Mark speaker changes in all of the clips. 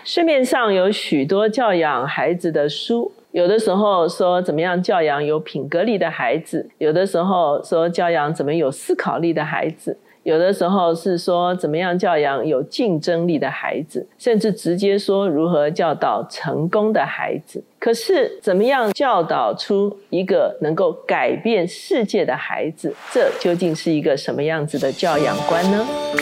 Speaker 1: 市面上有许多教养孩子的书，有的时候说怎么样教养有品格力的孩子，有的时候说教养怎么有思考力的孩子，有的时候是说怎么样教养有竞争力的孩子，甚至直接说如何教导成功的孩子。可是怎么样教导出一个能够改变世界的孩子，这究竟是一个什么样子的教养观呢？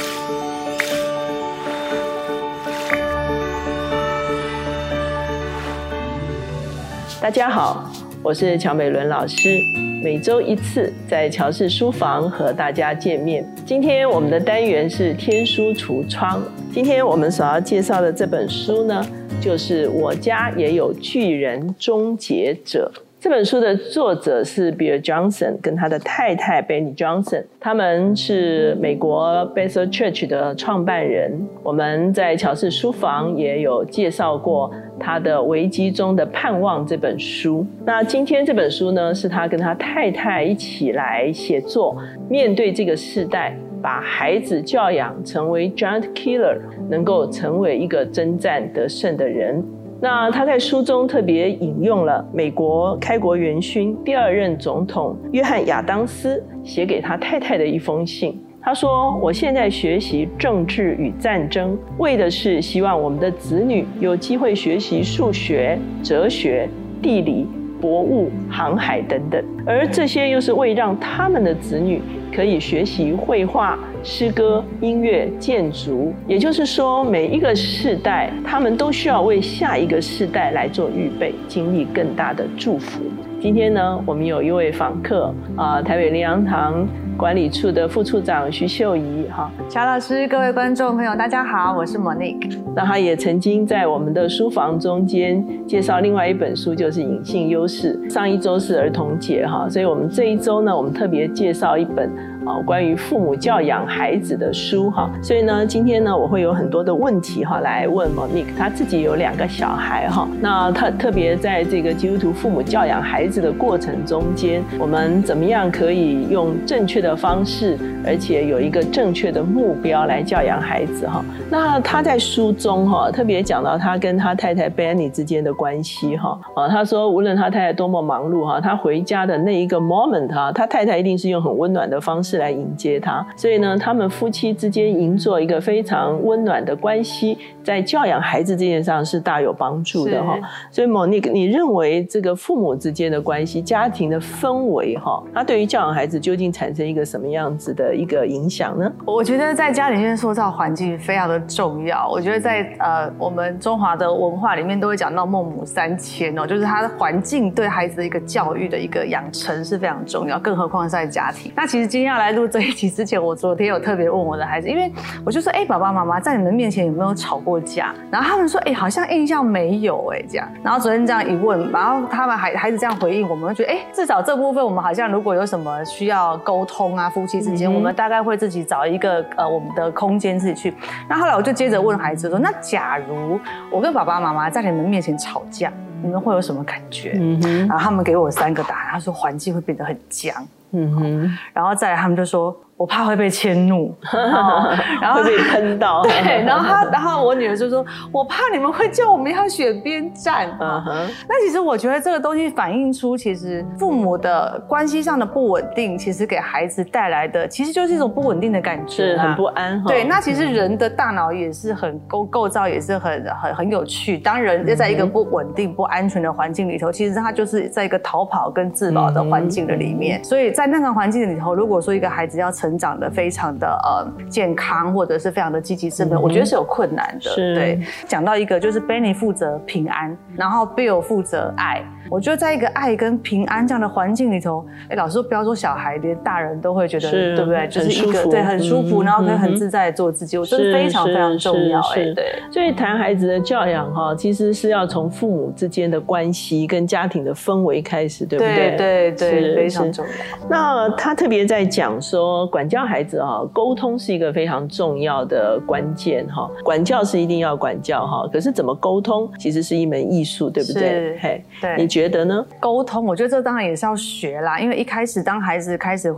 Speaker 1: 大家好，我是乔美伦老师，每周一次在乔氏书房和大家见面。今天我们的单元是天书橱窗，今天我们所要介绍的这本书呢，就是我家也有巨人终结者。这本书的作者是 Bill Johnson 跟他的太太 Benny Johnson， 他们是美国 Bethel Church 的创办人。我们在乔氏书房也有介绍过他的危机中的盼望这本书。那今天这本书呢，是他跟他太太一起来写作，面对这个世代，把孩子教养成为 giant killer， 能够成为一个征战得胜的人。那他在书中特别引用了美国开国元勋第二任总统约翰亚当斯写给他太太的一封信。他说，我现在学习政治与战争，为的是希望我们的子女有机会学习数学、哲学、地理、博物、航海等等，而这些又是为让他们的子女可以学习绘画、诗歌、音乐、建筑。也就是说，每一个世代他们都需要为下一个世代来做预备，经历更大的祝福。今天呢，我们有一位访客台北灵粮堂管理处的副处长徐秀仪。
Speaker 2: 乔老师，各位观众朋友大家好，我是 Monique。
Speaker 1: 那他也曾经在我们的书房中间介绍另外一本书，就是隐性优势。上一周是儿童节，所以我们这一周呢，我们特别介绍一本关于父母教养孩子的书。所以呢，今天呢，我会有很多的问题来问 Monique。 他自己有2个小孩，那他特别在这个基督徒父母教养孩子的过程中间，我们怎么样可以用正确的方式，而且有一个正确的目标来教养孩子。那他在书中特别讲到他跟他太太 Benny 之间的关系。他说无论他太太多么忙碌，他回家的那一个 moment， 他太太一定是用很温暖的方式来迎接他。所以呢，他们夫妻之间营造一个非常温暖的关系，在教养孩子这件事上是大有帮助的。所以 Monique， 你认为这个父母之间的关系，家庭的氛围，它对于教养孩子究竟产生一个什么样子的一个影响呢？
Speaker 2: 我觉得在家里面塑造环境非常的重要。我觉得在我们中华的文化里面都会讲到孟母三迁，就是他的环境对孩子的一个教育的一个养成是非常重要，更何况是在家庭。那其实今天要来录这一集之前，我昨天有特别问我的孩子，因为我就说爸爸妈妈在你们面前有没有吵过架？然后他们说好像印象没有这样。然后昨天这样一问，然后他们孩子这样回应，我们会觉得至少这部分我们好像如果有什么需要沟通啊，夫妻之间，我们大概会自己找一个我们的空间自己去。那后来我就接着问孩子说，那假如我跟爸爸妈妈在你们面前吵架，你们会有什么感觉？然后他们给我3个答案，他说环境会变得很僵，然后再来他们就说我怕会被迁怒，
Speaker 1: 然后会被喷到。
Speaker 2: 对，然后我女儿就说，我怕你们会叫我们要选边站。那其实我觉得这个东西反映出，其实父母的关系上的不稳定，其实给孩子带来的其实就是一种不稳定的感觉，
Speaker 1: 是很不安。
Speaker 2: 对，那其实人的大脑也是很构造也是很有趣。当人在一个不稳定、不安全的环境里头，其实他就是在一个逃跑跟自保的环境的里面。所以在那个环境里头，如果说一个孩子要成长的非常的健康，或者是非常的积极正面，我觉得是有困难的。对，讲到一个就是 Benny 负责平安，然后 Bill 负责爱。我觉得在一个爱跟平安这样的环境里头，老师说不要说小孩，连大人都会觉得，对不对？就是一个对很舒服，然后可以很自在的做自己。我觉得非常非常重要。对，
Speaker 1: 所以谈孩子的教养其实是要从父母之间的关系跟家庭的氛围开始，对不对？
Speaker 2: 对，非常重要。
Speaker 1: 那他特别在讲说，管教孩子沟通是一个非常重要的关键。管教是一定要管教，可是怎么沟通其实是一门艺术，对不对？
Speaker 2: 对，
Speaker 1: 你觉得呢？
Speaker 2: 沟通，我觉得这当然也是要学啦，因为一开始当孩子开始会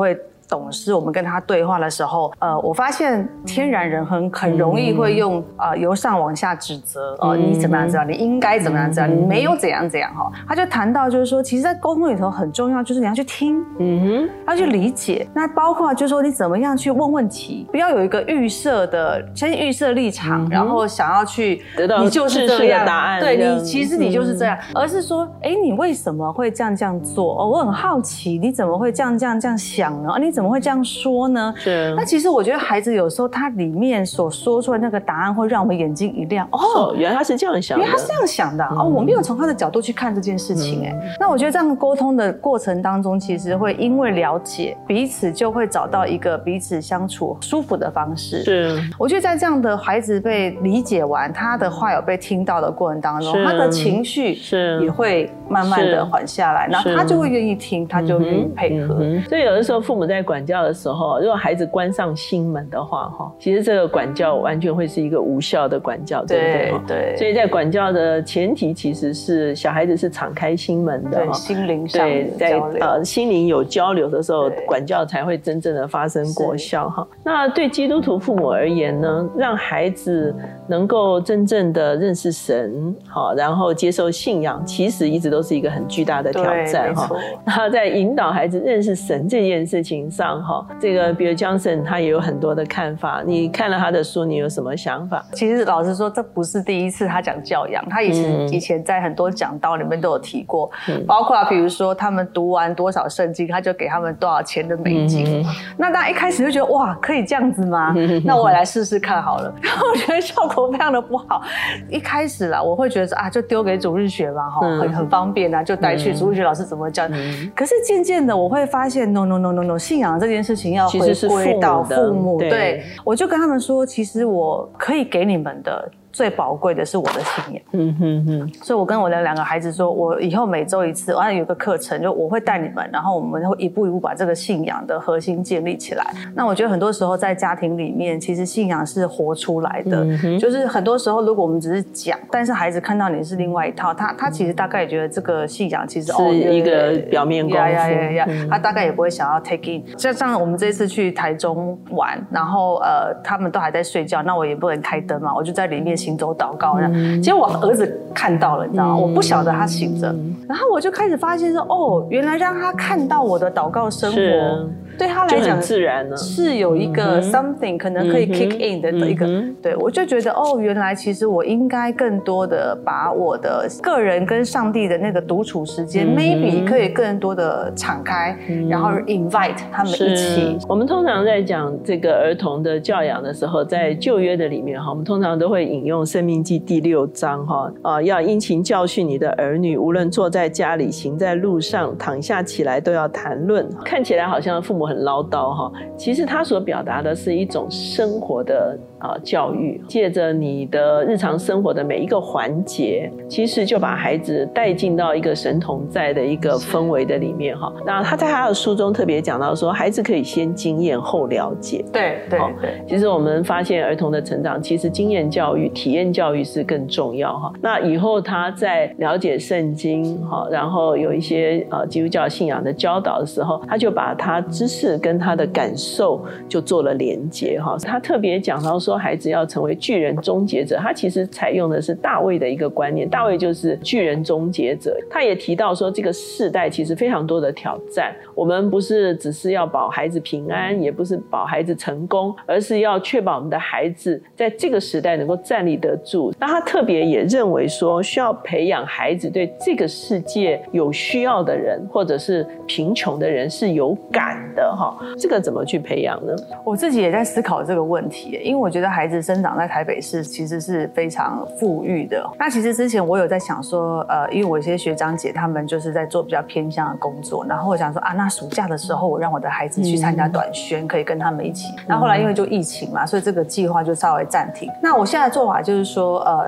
Speaker 2: 懂事，我们跟他对话的时候，我发现天然人很容易会用由上往下指责，你怎么样怎么样，你应该怎么样怎么样，你没有怎样怎样哈。他就谈到就是说，其实，在沟通里头很重要，就是你要去听，要去理解。那包括就是说，你怎么样去问问题，不要有一个先预设立场，然后想要去
Speaker 1: 得到
Speaker 2: 你就是这样
Speaker 1: 答案，
Speaker 2: 对你其实你就是这样，而是说，你为什么会这样做？我很好奇，你怎么会这样想呢？你怎么会这样说呢？
Speaker 1: 是。
Speaker 2: 那其实我觉得孩子有时候他里面所说出来那个答案会让我们眼睛一亮，
Speaker 1: 原来他是这样想的，
Speaker 2: 原来他是这样想的我没有从他的角度去看这件事情那我觉得这样沟通的过程当中，其实会因为了解彼此，就会找到一个彼此相处舒服的方式。
Speaker 1: 是，
Speaker 2: 我觉得在这样的孩子被理解完，他的话有被听到的过程当中，他的情绪也会慢慢的缓下来，然后他就会愿意听，他就愿意配合。
Speaker 1: 所以有的时候父母在管教的时候，如果孩子关上心门的话，其实这个管教完全会是一个无效的管教，对不对？
Speaker 2: 对。
Speaker 1: 所以在管教的前提，其实是小孩子是敞开心门的，
Speaker 2: 对，心灵上的交流，
Speaker 1: 在心灵有交流的时候，管教才会真正的发生果效哈。那对基督徒父母而言呢，让孩子能够真正的认识神，然后接受信仰，其实一直都是一个很巨大的挑战哈。那在引导孩子认识神这件事情上这个比如 Johnson 他也有很多的看法，你看了他的书，你有什么想法？
Speaker 2: 其实老实说，这不是第一次他讲教养，他以前在很多讲道里面都有提过，包括比如说他们读完多少圣经，他就给他们多少钱的美金。那大家一开始就觉得哇，可以这样子吗？那我来试试看好了。然后我觉得效果非常的不好。一开始啦，我会觉得就丢给主日学嘛，很方便就带去主日学老师怎么教。可是渐渐的我会发现 no， 信仰这件事情要回归到父母。对，我就跟他们说，其实我可以给你们的最宝贵的是我的信仰。所以我跟我的2个孩子说，我以后每周一次，我有个课程，就我会带你们，然后我们会一步一步把这个信仰的核心建立起来。那我觉得很多时候在家庭里面，其实信仰是活出来的。就是很多时候如果我们只是讲，但是孩子看到你是另外一套，他其实大概也觉得这个信仰其实
Speaker 1: 是一个表面功夫，
Speaker 2: 他大概也不会想要 take in。像我们这次去台中玩，然后他们都还在睡觉，那我也不能开灯嘛，我就在里面行走祷告。结果我儿子看到了，你知道吗？我不晓得他醒着，然后我就开始发现说，原来让他看到我的祷告生活，对他来讲
Speaker 1: 自然
Speaker 2: 是有一个 something 可能可以 kick in 的一个。对，我就觉得原来其实我应该更多的把我的个人跟上帝的那个独处时间 maybe 可以更多的敞开，然后 invite 他们一起。
Speaker 1: 我们通常在讲这个儿童的教养的时候，在旧约的里面我们通常都会引用申命记第6章要殷勤教训你的儿女，无论坐在家里，行在路上，躺下起来，都要谈论。看起来好像父母很唠叨其实他所表达的是一种生活的教育，借着你的日常生活的每一个环节，其实就把孩子带进到一个神同在的一个氛围的里面那他在他的书中特别讲到说，孩子可以先经验后了解。
Speaker 2: 对。
Speaker 1: 其实我们发现儿童的成长，其实经验教育、体验教育是更重要那以后他在了解圣经然后有一些基督教信仰的教导的时候，他就把他知识跟他的感受就做了连结他特别讲到说，孩子要成为巨人终结者，他其实采用的是大卫的一个观念，大卫就是巨人终结者。他也提到说，这个世代其实非常多的挑战，我们不是只是要保孩子平安，也不是保孩子成功，而是要确保我们的孩子在这个时代能够站立得住。那他特别也认为说，需要培养孩子对这个世界有需要的人或者是贫穷的人是有感的这个怎么去培养呢？
Speaker 2: 我自己也在思考这个问题，因为我觉得孩子生长在台北市其实是非常富裕的。那其实之前我有在想说，因为我有些学长姐他们就是在做比较偏向的工作，然后我想说那暑假的时候我让我的孩子去参加短宣，可以跟他们一起。那后来因为就疫情嘛，所以这个计划就稍微暂停。那我现在的做法就是说，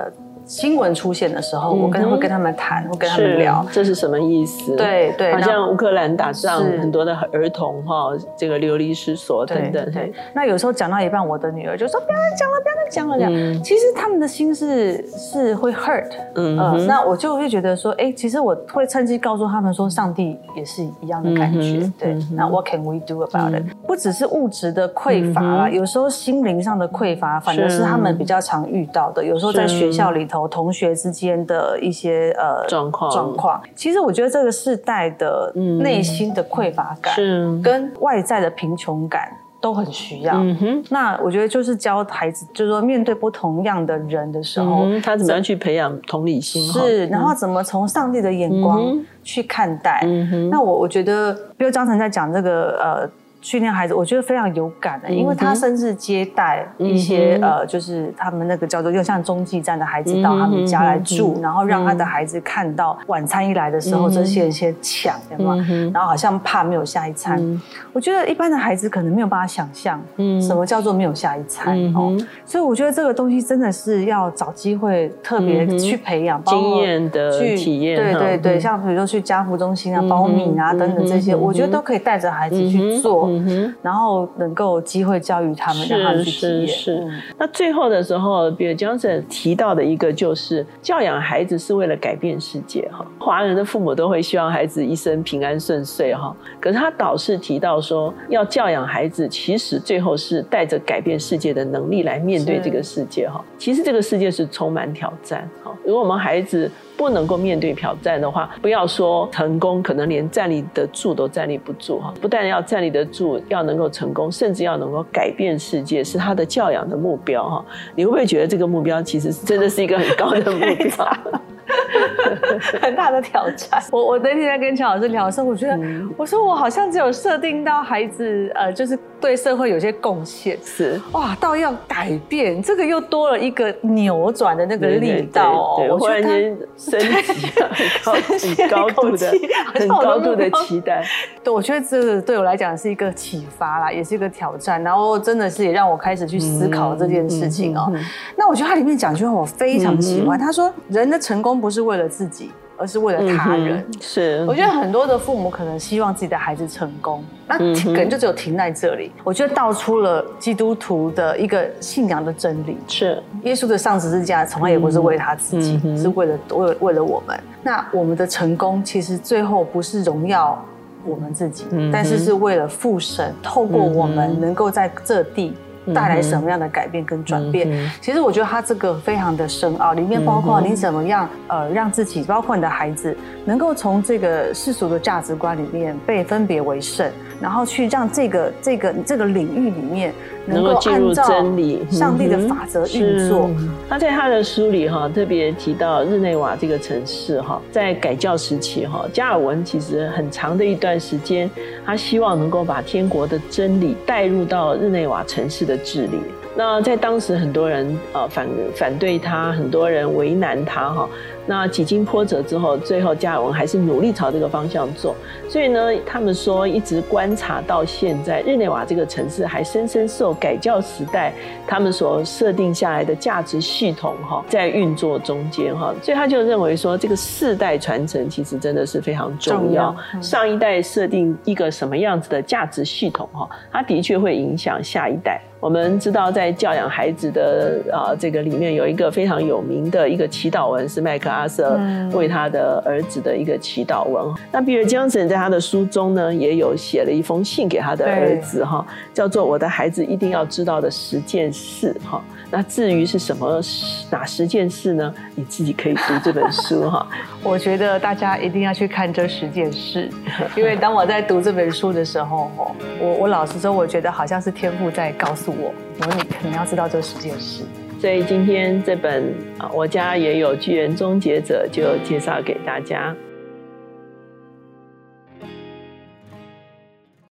Speaker 2: 新闻出现的时候，我会跟他们谈，会跟他们聊，
Speaker 1: 这是什么意思？
Speaker 2: 对对，
Speaker 1: 好像乌克兰打仗，很多的儿童这个流离失所等等。
Speaker 2: 对，那有时候讲到一半，我的女儿就说：“不要再讲了，不要再讲了。”这样，其实他们的心是会 hurt。那我就会觉得说，其实我会趁机告诉他们说，上帝也是一样的感觉。对，那 what can we do about it？ 不只是物质的匮乏啦，有时候心灵上的匮乏，反而是他们比较常遇到的。有时候在学校里头，同学之间的一些状况，其实我觉得这个世代的内心的匮乏感，跟外在的贫穷感都很需要。那我觉得就是教孩子，就是说面对不同样的人的时候，
Speaker 1: 他怎么样去培养同理心，
Speaker 2: 然后怎么从上帝的眼光去看待。那我觉得比如张晨在讲这个训练孩子，我觉得非常有感的，因为他甚至接待一些就是他们那个叫做就像中继站的孩子到他们家来住，然后让他的孩子看到晚餐一来的时候，这些人先抢，对吗？然后好像怕没有下一餐。我觉得一般的孩子可能没有办法想象什么叫做没有下一餐所以我觉得这个东西真的是要找机会特别去培养
Speaker 1: 经验的体验。
Speaker 2: 对对，像比如说去家福中心啊、包米啊等等这些，我觉得都可以带着孩子去做。然后能够机会教育他们，让他们去体验。
Speaker 1: 是。那最后的时候，比尔江森提到的一个就是教养孩子是为了改变世界哈。华人的父母都会希望孩子一生平安顺遂哈，可是他导师提到说，要教养孩子，其实最后是带着改变世界的能力来面对这个世界哈。其实这个世界是充满挑战哈，如果我们孩子不能够面对挑战的话，不要说成功，可能连站立得住都站立不住哈。不但要站立得住，要能够成功，甚至要能够改变世界，是他的教养的目标哈。你会不会觉得这个目标其实真的是一个很高的目标？
Speaker 2: 很大的挑战。我那天在跟乔老师聊的时候，我觉得我说我好像只有设定到孩子就是对社会有些贡献，
Speaker 1: 是
Speaker 2: 哇，到要改变，这个又多了一个扭转的那个力道
Speaker 1: 对，忽然间升级很高度的期待。
Speaker 2: 对，我觉得这个对我来讲是一个启发啦，也是一个挑战，然后真的是也让我开始去思考这件事情那我觉得它里面讲一句话我非常喜欢，他说人的成功不是为了自己，而是为了他人。
Speaker 1: 是，
Speaker 2: 我觉得很多的父母可能希望自己的孩子成功，那可能就只有停在这里。我觉得道出了基督徒的一个信仰的真理，
Speaker 1: 是
Speaker 2: 耶稣的上十字架从来也不是为他自己，是为了我们。那我们的成功其实最后不是荣耀我们自己，但是为了父神透过我们能够在这地带来什么样的改变跟转变。其实我觉得他这个非常的深奥，里面包括你怎么样让自己包括你的孩子能够从这个世俗的价值观里面被分别为圣，然后去让这个领域里面能够
Speaker 1: 进入真理
Speaker 2: 上帝的法则运作。
Speaker 1: 他在他的书里特别提到日内瓦这个城市在改教时期加尔文其实很长的一段时间他希望能够把天国的真理带入到日内瓦城市的治理。那在当时很多人反对他，很多人为难他那几经波折之后，最后加尔文还是努力朝这个方向做。所以呢，他们说一直观察到现在，日内瓦这个城市还深深受改教时代他们所设定下来的价值系统在运作中间所以他就认为说，这个世代传承其实真的是非常重要。上一代设定一个什么样子的价值系统它的确会影响下一代。我们知道在教养孩子的这个里面有一个非常有名的一个祈祷文，是麦克阿瑟为他的儿子的一个祈祷文。那比尔江森在他的书中呢也有写了一封信给他的儿子叫做我的孩子一定要知道的10件事那至于是什么哪10件事呢，你自己可以读这本书
Speaker 2: 我觉得大家一定要去看这10件事，因为当我在读这本书的时候我老实说，我觉得好像是天父在告诉我你可能要知道这10件事。
Speaker 1: 所以今天这本我家也有巨人终结者就介绍给大家。